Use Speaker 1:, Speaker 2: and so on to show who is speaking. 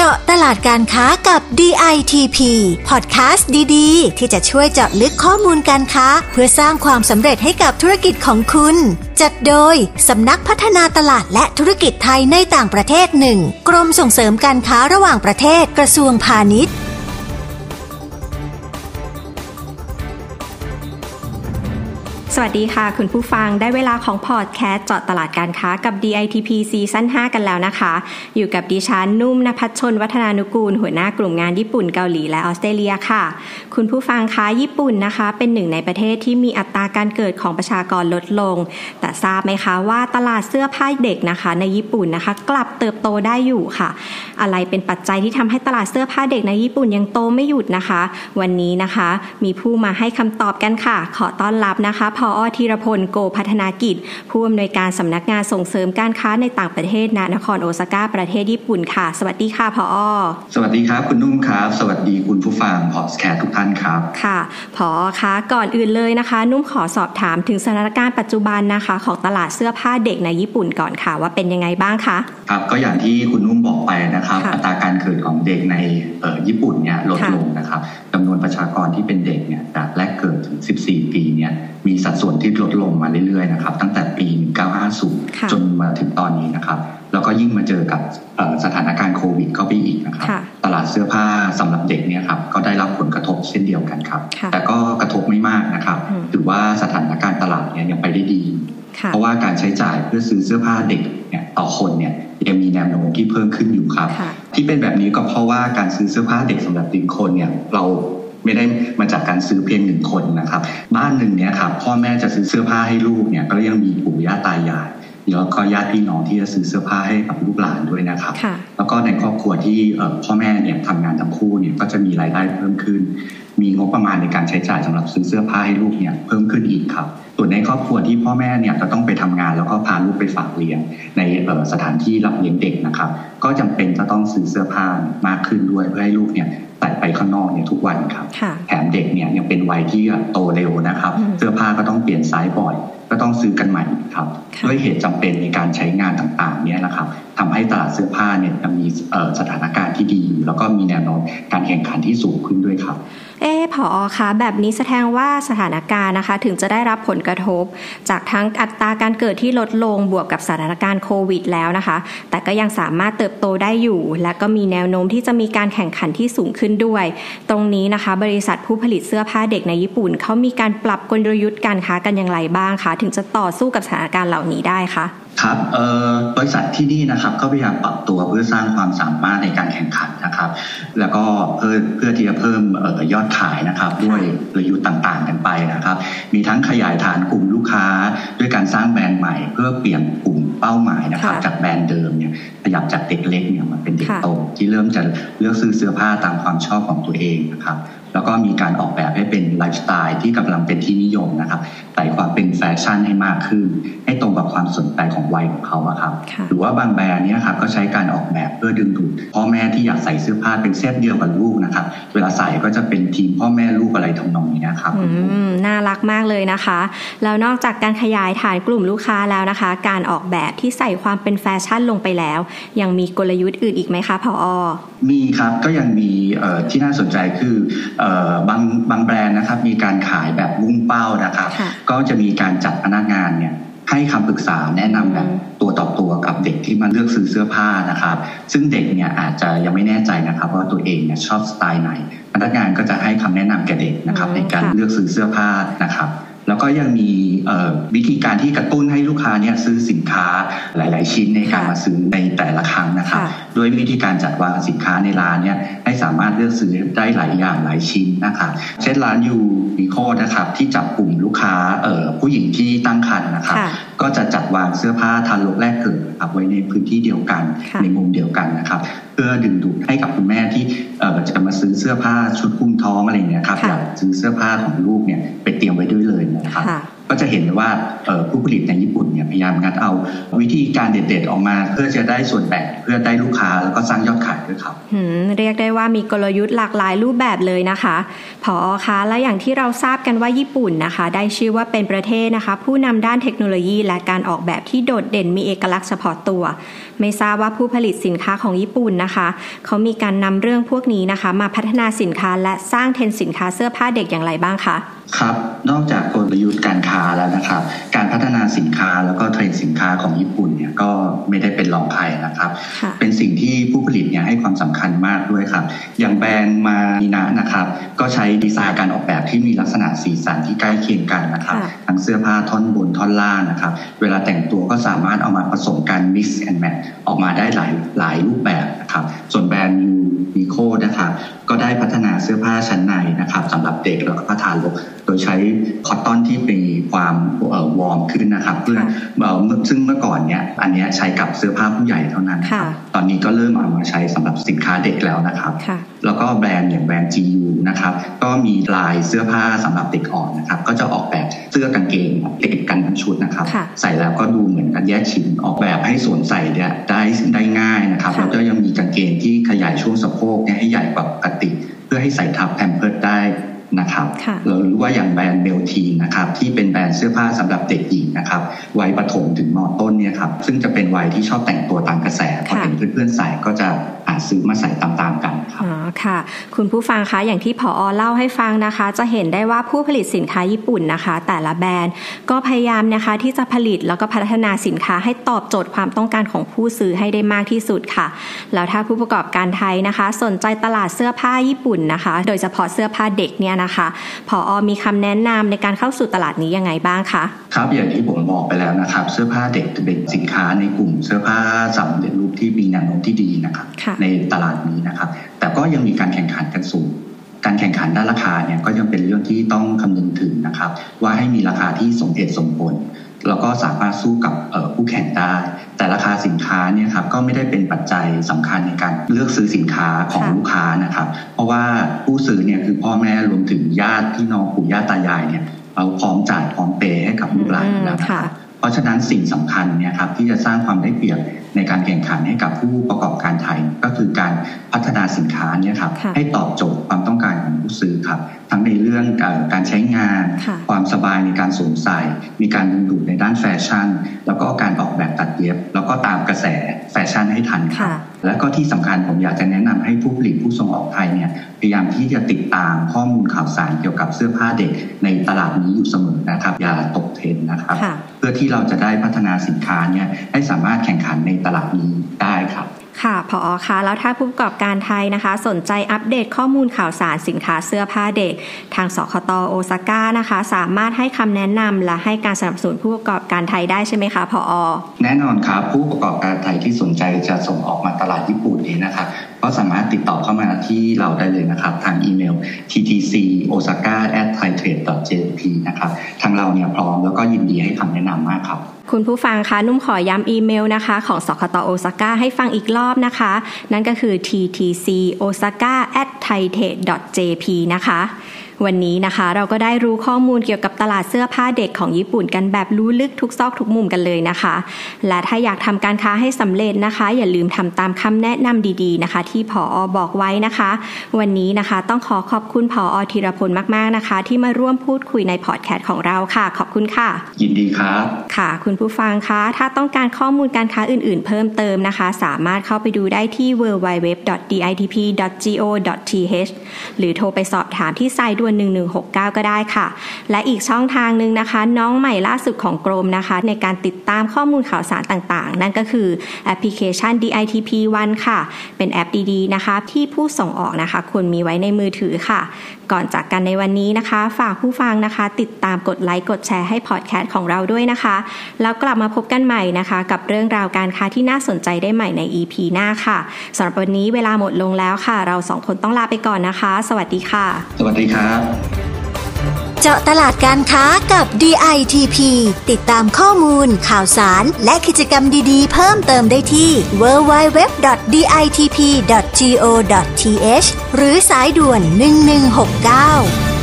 Speaker 1: เจาะตลาดการค้ากับ DITP พอดแคสต์ดีๆที่จะช่วยเจาะลึกข้อมูลการค้าเพื่อสร้างความสำเร็จให้กับธุรกิจของคุณจัดโดยสำนักพัฒนาตลาดและธุรกิจไทยในต่างประเทศ1กรมส่งเสริมการค้าระหว่างประเทศกระทรวงพาณิชย์
Speaker 2: สวัสดีค่ะคุณผู้ฟังได้เวลาของพอดแคสต์เจาะตลาดการค้ากับ DITP ซีซั่น 5 กันแล้วนะคะอยู่กับดิฉันนุ่มณภัชชนวัฒนานุกูลหัวหน้ากลุ่มงานญี่ปุ่นเกาหลีและออสเตรเลียค่ะคุณผู้ฟังคะญี่ปุ่นนะคะเป็นหนึ่งในประเทศที่มีอัตราการเกิดของประชากรลดลงแต่ทราบไหมคะว่าตลาดเสื้อผ้าเด็กนะคะในญี่ปุ่นนะคะกลับเติบโตได้อยู่ค่ะอะไรเป็นปัจจัยที่ทำให้ตลาดเสื้อผ้าเด็กในญี่ปุ่นยังโตไม่หยุดนะคะวันนี้นะคะมีผู้มาให้คำตอบกันค่ะขอต้อนรับนะคะผอ.ธีรพลโกพัฒนากิจผู้อำนวยการสำนักงานส่งเสริมการค้าในต่างประเทศณนครโอซาก้าประเทศญี่ปุ่นค่ะสวัสดีค่ะผอ.
Speaker 3: สวัสดีครับคุณนุ่มครับสวัสดีคุณผู้ฟังพอดแคสต์ทุกท่านครับ
Speaker 2: ค่ะผอ.คะก่อนอื่นเลยนะคะนุ่มขอสอบถามถึงสถานการณ์ปัจจุบันนะคะของตลาดเสื้อผ้าเด็กในญี่ปุ่นก่อนค่ะว่าเป็นยังไงบ้างคะ
Speaker 3: ครับก็อย่างที่คุณนุ่มบอกไปนะครับอัตราการเกิดของเด็กในญี่ปุ่นเนี่ยลดลงนะครับจำนวนประชากรที่เป็นเด็กเนี่ยจากแรกเกิดถึง14ปีเนี่ยมีสัดส่วนที่ลดลงมาเรื่อยๆนะครับตั้งแต่ปี1950จนมาถึงตอนนี้นะครับแล้วก็ยิ่งมาเจอกับสถานการณ์โควิดเข้าไปอีกนะครับตลาดเสื้อผ้าสำหรับเด็กเนี่ยครับก็ได้รับผลกระทบเช่นเดียวกันครับแต่ก็กระทบไม่มากนะครับถือว่าสถานการณ์ตลาดเนี่ยยังไปได้ดีเพราะว่าการใช้จ่ายเพื่อซื้อเสื้อผ้าเด็กเนี่ยต่อคนเนี่ยยังมีแนวโน้มที่เพิ่มขึ้นอยู่ครับที่เป็นแบบนี้ก็เพราะว่าการซื้อเสื้อผ้าเด็กสำหรับ1คนเนี่ยเราไม่ได้มาจากการซื้อเพียง1คนนะครับบ้านหนึ่งเนี่ยครับพ่อแม่จะซื้อเสื้อผ้าให้ลูกเนี่ยก็ยังมีปู่ย่าตายายแล้วก็ญาติพี่น้องที่จะซื้อเสื้อผ้าให้กับลูกหลานด้วยนะครับแล้วก็ในครอบครัวที่พ่อแม่เนี่ยทำงานทั้งคู่เนี่ยก็จะมีรายได้เพิ่มขึ้นมีงบประมาณในการใช้จ่ายสำหรับซื้อเสื้อผ้าให้ลูกเนี่ยเพิ่มขึ้นอีกครับส่วนในครอบครัวที่พ่อแม่เนี่ยจะต้องไปทำงานแล้วก็พาลูกไปฝากเลี้ยงในสถานที่รับเลี้ยงเด็กนะครับก็จำเป็นจะต้องซื้อเสื้อผ้ามากขึ้นด้วยเพื่อให้ลูกเนี่ยใส่ไปข้างนอกเนี่ยทุกวันครับแถมเด็กเนี่ยยังเป็นวัยที่โตเร็วนะครับเสื้อผ้าก็ต้องเปลี่ยนไซส์บ่อยก็ต้องซื้อกันใหม่ครับด้วยเหตุจำเป็นในการใช้งานต่างๆเนี่ยนะครับทำให้ตลาดเสื้อผ้าเนี่ยมีสถานการณ์ที่ดีแล้วก็มีแนวโน้มการแข่งขันที่สูงขึ้นด้วยครับ
Speaker 2: ผอ.คะแบบนี้แสดงว่าสถานการณ์นะคะถึงจะได้รับผลกระทบจากทั้งอัตราการเกิดที่ลดลงบวกกับสถานการณ์โควิดแล้วนะคะแต่ก็ยังสามารถเติบโตได้อยู่และก็มีแนวโน้มที่จะมีการแข่งขันที่สูงขึ้นด้วยตรงนี้นะคะบริษัทผู้ผลิตเสื้อผ้าเด็กในญี่ปุ่นเขามีการปรับกลยุทธ์การค้ากันอย่างไรบ้างคะถึงจะต่อสู้กับสถานการณ์เหล่านี้ได้คะ
Speaker 3: ครับบริษัทที่นี่นะครับก็พยายามปรับตัวเพื่อสร้างความสามารถในการแข่งขันนะครับแล้วก็เพื่อที่จะเพิ่มยอดขายนะครับด้วยกลยุทธ์ต่างๆกันไปนะครับมีทั้งขยายฐานกลุ่มลูกค้าด้วยการสร้างแบรนด์ใหม่เพื่อเปลี่ยนกลุ่มเป้าหมายนะครับจากแบรนด์เดิมเนี่ยขยับจากเด็กเล็กเนี่ยมาเป็นเด็กโตที่เริ่มจะเลือกซื้อเสื้อผ้าตามความชอบของตัวเองนะครับแล้วก็มีการออกแบบให้เป็นไลฟ์สไตล์ที่กำลังเป็นที่นิยมนะครับใส่ความเป็นแฟชั่นให้มากขึ้นให้ตรงกับความสนใจของวัยของเขาครับหรือว่าบางแบรนด์เนี่ยครับก็ใช้การออกแบบเพื่อดึงดูดพ่อแม่ที่อยากใส่เสื้อผ้าเป็นเซตเดียวกับลูกนะครับเวลาใส่ก็จะเป็นทีมพ่อแม่ลูกอะไรทำนองนี้นะครับ
Speaker 2: น่ารักมากเลยนะคะแล้วนอกจากการขยายฐานกลุ่มลูกค้าแล้วนะคะการออกแบบที่ใส่ความเป็นแฟชั่นลงไปแล้วยังมีกลยุทธ์อื่นอีกไหมคะผอ.
Speaker 3: มีครับก็ยังมีที่น่าสนใจคือบางแบรนด์นะครับมีการขายแบบมุ่งเป้านะครับก็จะมีการจัดพนักงานเนี่ยให้คำปรึกษาแนะนำแบบตัวต่อตัวกับเด็กที่มาเลือกซื้อเสื้อผ้านะครับซึ่งเด็กเนี่ยอาจจะยังไม่แน่ใจนะครับว่าตัวเองเนี่ยชอบสไตล์ไหนพนักงานก็จะให้คำแนะนำแก่เด็กนะครับในการเลือกซื้อเสื้อผ้านะครับแล้วก็ยังมีวิธีการที่กระตุ้นให้ลูกค้าเนี่ยซื้อสินค้าหลายๆชิ้นในการมาซื้อในแต่ละครั้งนะครับด้วยวิธีการจัดวางสินค้าในร้านเนี่ยให้สามารถเลือกซื้อได้หลายอย่างหลายชิ้นนะครับเช่นร้านยูนิโคนะครับที่จับกลุ่มลูกค้าผู้หญิงที่ตั้งครรภ์นะครับก็จะจัดวางเสื้อผ้าทารกแรกเกิดครับไว้ในพื้นที่เดียวกันในมุมเดียวกันนะครับเพื่อดึงดูดให้กับคุณแม่ที่จะมาซื้อเสื้อผ้าชุดคลุมท้องอะไรอย่างเงี้ยครับอยากซื้อเสื้อผ้าของลูกเนี่ยไปเตรียมไว้ด้วยเลยนะครับก็จะเห็นว่าผู้ผลิตในญี่ปุ่นเนี่ยพยายามงัดเอาวิธีการเด็ดๆออกมาเพื่อจะได้ส่วนแบ่งเพื่อได้ลูกค้าแล้วก็สร้างยอดขายด้วยครับ
Speaker 2: เรียกได้ว่ามีกลยุทธ์หลากหลายรูปแบบเลยนะคะผอ.คะและอย่างที่เราทราบกันว่าญี่ปุ่นนะคะได้ชื่อว่าเป็นประเทศนะคะผู้นำด้านเทคโนโลยีและการออกแบบที่โดดเด่นมีเอกลักษณ์เฉพาะตัวไม่ทราบว่าผู้ผลิตสินค้าของญี่ปุ่นนะคะเขามีการนำเรื่องพวกนี้นะคะมาพัฒนาสินค้าและสร้างเทรนด์สินค้าเสื้อผ้าเด็กอย่างไรบ้างคะ
Speaker 3: ครับนอกจากกลยุทธ์การค้าแล้วนะครับการพัฒนาสินค้าแล้วก็เทรนด์สินค้าของญี่ปุ่นเนี่ยก็ไม่ได้เป็นรองใครนะครับเป็นสิ่งที่ผู้ผลิตเนี่ยให้ความสำคัญมากด้วยครับอย่างแบรนด์มานินะนะครับก็ใช้ดีไซน์การออกแบบที่มีลักษณะสีสันที่ใกล้เคียงกันนะครับทั้งเสื้อผ้าท่อนบนท่อนล่างนะครับเวลาแต่งตัวก็สามารถเอามาผสมกัน mix and match ออกมาได้หลายรูปแบบนะครับส่วนแบรนด์ยูนิโคนะครับก็ได้พัฒนาเสื้อผ้าชั้นในนะครับสำหรับเด็กแล้วก็ทารกโดยใช้คอตตอนที่มีความวอร์มขึ้นนะครับเพื่อซึ่งเมื่อก่อนเนี่ยอันนี้ใช้กับเสื้อผ้าผู้ใหญ่เท่านั้นตอนนี้ก็เริ่มเอามาใช้สำหรับสินค้าเด็กแล้วนะครับแล้วก็แบรนด์อย่างแบรนด์ GU นะครับก็มีลายเสื้อผ้าสำหรับเด็กอ่อนนะครับก็จะออกแบบเสื้อกางเกงติดกันทั้งชุดนะครับใส่แล้วก็ดูเหมือนกันแยกชิ้นออกแบบให้สวมใส่เนี่ยได้ง่ายนะครับแล้วก็ยังมีกางเกงที่ขยายช่วงสะโพกให้ใหญ่กว่าปกติเพื่อให้ใส่ทับแพมเพิร์สได้นะครับหรือว่าอย่างแบรนด์เบลทีนะครับที่เป็นแบรนด์เสื้อผ้าสำหรับเด็กหญิงนะครับวัยประถมถึงม.ต้นเนี่ยครับซึ่งจะเป็นวัยที่ชอบแต่งตัวตามกระแสพอเห็นเพื่อนๆใส่ก็จะซื้อมาใส่ตามๆกันครับ
Speaker 2: ค่ะคุณผู้ฟังคะอย่างที่ผอ.เล่าให้ฟังนะคะจะเห็นได้ว่าผู้ผลิตสินค้าญี่ปุ่นนะคะแต่ละแบรนด์ก็พยายามนะคะที่จะผลิตแล้วก็พัฒนาสินค้าให้ตอบโจทย์ความต้องการของผู้ซื้อให้ได้มากที่สุดค่ะแล้วถ้าผู้ประกอบการไทยนะคะสนใจตลาดเสื้อผ้าญี่ปุ่นนะคะโดยเฉพาะเสื้อผ้าเด็กเนี่ยนะคะผอ.มีคำแนะนำในการเข้าสู่ตลาดนี้ยังไงบ้างคะ
Speaker 3: ครับอย่างที่ผมบอกไปแล้วนะครับเสื้อผ้าเด็กเป็นสินค้าในกลุ่มเสื้อผ้าสำเร็จรูปที่มีแนวโน้มที่ดีนะครับในตลาดนี้นะครับแต่ก็ยังมีการแข่งขันกันสูงการแข่งขันด้านราคาเนี่ยก็ยังเป็นเรื่องที่ต้องคำนึงถึงนะครับว่าให้มีราคาที่สมเหตุสมผลแล้วก็สามารถสู้กับผู้แข่งได้แต่ราคาสินค้าเนี่ยครับก็ไม่ได้เป็นปัจจัยสำคัญในการเลือกซื้อสินค้าของลูกค้านะครับเพราะว่าผู้ซื้อเนี่ยคือพ่อแม่รวมถึงญาติพี่น้องปู่ย่าตายายเนี่ยเราพร้อมจ่ายพร้อมเปย์ให้กับลูกหลานแล้วเพราะฉะนั้นสิ่งสำคัญเนี่ยครับที่จะสร้างความได้เปรียบในการแข่งขันให้กับผู้ประกอบการไทยก็คือการพัฒนาสินค้าเนี่ยครับให้ตอบโจทย์ความต้องการของผู้ซื้อครับทั้งในเรื่องการใช้งานความสบายในการสวมใส่มีการดึงดูดในด้านแฟชั่นแล้วก็การออกแบบตัดเย็บแล้วก็ตามกระแสแฟชั่นให้ทันครับและก็ที่สำคัญผมอยากจะแนะนำให้ผู้ผลิตผู้ส่งออกไทยเนี่ยพยายามที่จะติดตามข้อมูลข่าวสารเกี่ยวกับเสื้อผ้าเด็กในตลาดนี้อยู่เสมอนะครับอย่าตกเทรนด์นะครับเพื่อที่เราจะได้พัฒนาสินค้าเนี่ยให้สามารถแข่งขันในตลาดนี้ได้ครับ
Speaker 2: ค่ะผอ.คะแล้วถ้าผู้ประกอบการไทยนะคะสนใจอัปเดตข้อมูลข่าวสารสินค้าเสื้อผ้าเด็กทางสคต.โอซาก้านะคะสามารถให้คำแนะนำและให้การสนับสนุนผู้ประกอบการไทยได้ใช่ไหมคะผอ.
Speaker 3: แน่นอนครับผู้ประกอบการไทยที่สนใจจะส่งออกมาตลาดญี่ปุ่นนี้นะครับก็สามารถติดต่อเข้ามาที่เราได้เลยนะครับทางอีเมล ttcosaka@thaitrade.jp นะครับทางเราเนี่ยพร้อมแล้วก็ยินดีให้คำแนะนำมากครับ
Speaker 2: คุณผู้ฟังคะนุ่มขอย้ำอีเมลนะคะของสคต.โอซาก้าให้ฟังอีกรอบนะคะนั่นก็คือ ttcosaka@thaitrade.jp นะคะวันนี้นะคะเราก็ได้รู้ข้อมูลเกี่ยวกับตลาดเสื้อผ้าเด็กของญี่ปุ่นกันแบบรู้ลึกทุกซอกทุกมุมกันเลยนะคะและถ้าอยากทำการค้าให้สำเร็จนะคะอย่าลืมทำตามคำแนะนำดีๆนะคะที่ผอ.บอกไว้นะคะวันนี้นะคะต้องขอบคุณผอ.ธีรพลมากๆนะคะที่มาร่วมพูดคุยในพอดแคสต์ของเราค่ะขอบคุณค่ะ
Speaker 3: ยินดีครับ
Speaker 2: ค่ะคุณผู้ฟังคะถ้าต้องการข้อมูลการค้าอื่นๆเพิ่มเติมนะคะสามารถเข้าไปดูได้ที่ www.ditp.go.th หรือโทรไปสอบถามที่สายด่วน1169ก็ได้ค่ะและอีกช่องทางนึงนะคะน้องใหม่ล่าสุดของกรมนะคะในการติดตามข้อมูลข่าวสารต่างๆนั่นก็คือแอปพลิเคชัน DITP One ค่ะเป็นแอปดีๆนะคะที่ผู้ส่งออกนะคะควรมีไว้ในมือถือค่ะก่อนจากกันในวันนี้นะคะฝากผู้ฟังนะคะติดตามกดไลค์กดแชร์ให้พอดแคสต์ของเราด้วยนะคะแล้วกลับมาพบกันใหม่นะคะกับเรื่องราวการค้าที่น่าสนใจได้ใหม่ใน EP หน้าค่ะสำหรับวันนี้เวลาหมดลงแล้วค่ะเราสองคนต้องลาไปก่อนนะคะสวัสดีค่ะ
Speaker 3: สวัสดีครับ
Speaker 1: เจาะตลาดการค้ากับ DITP ติดตามข้อมูลข่าวสารและกิจกรรมดีๆเพิ่มเติมได้ที่ www.ditp.go.th หรือสายด่วน1169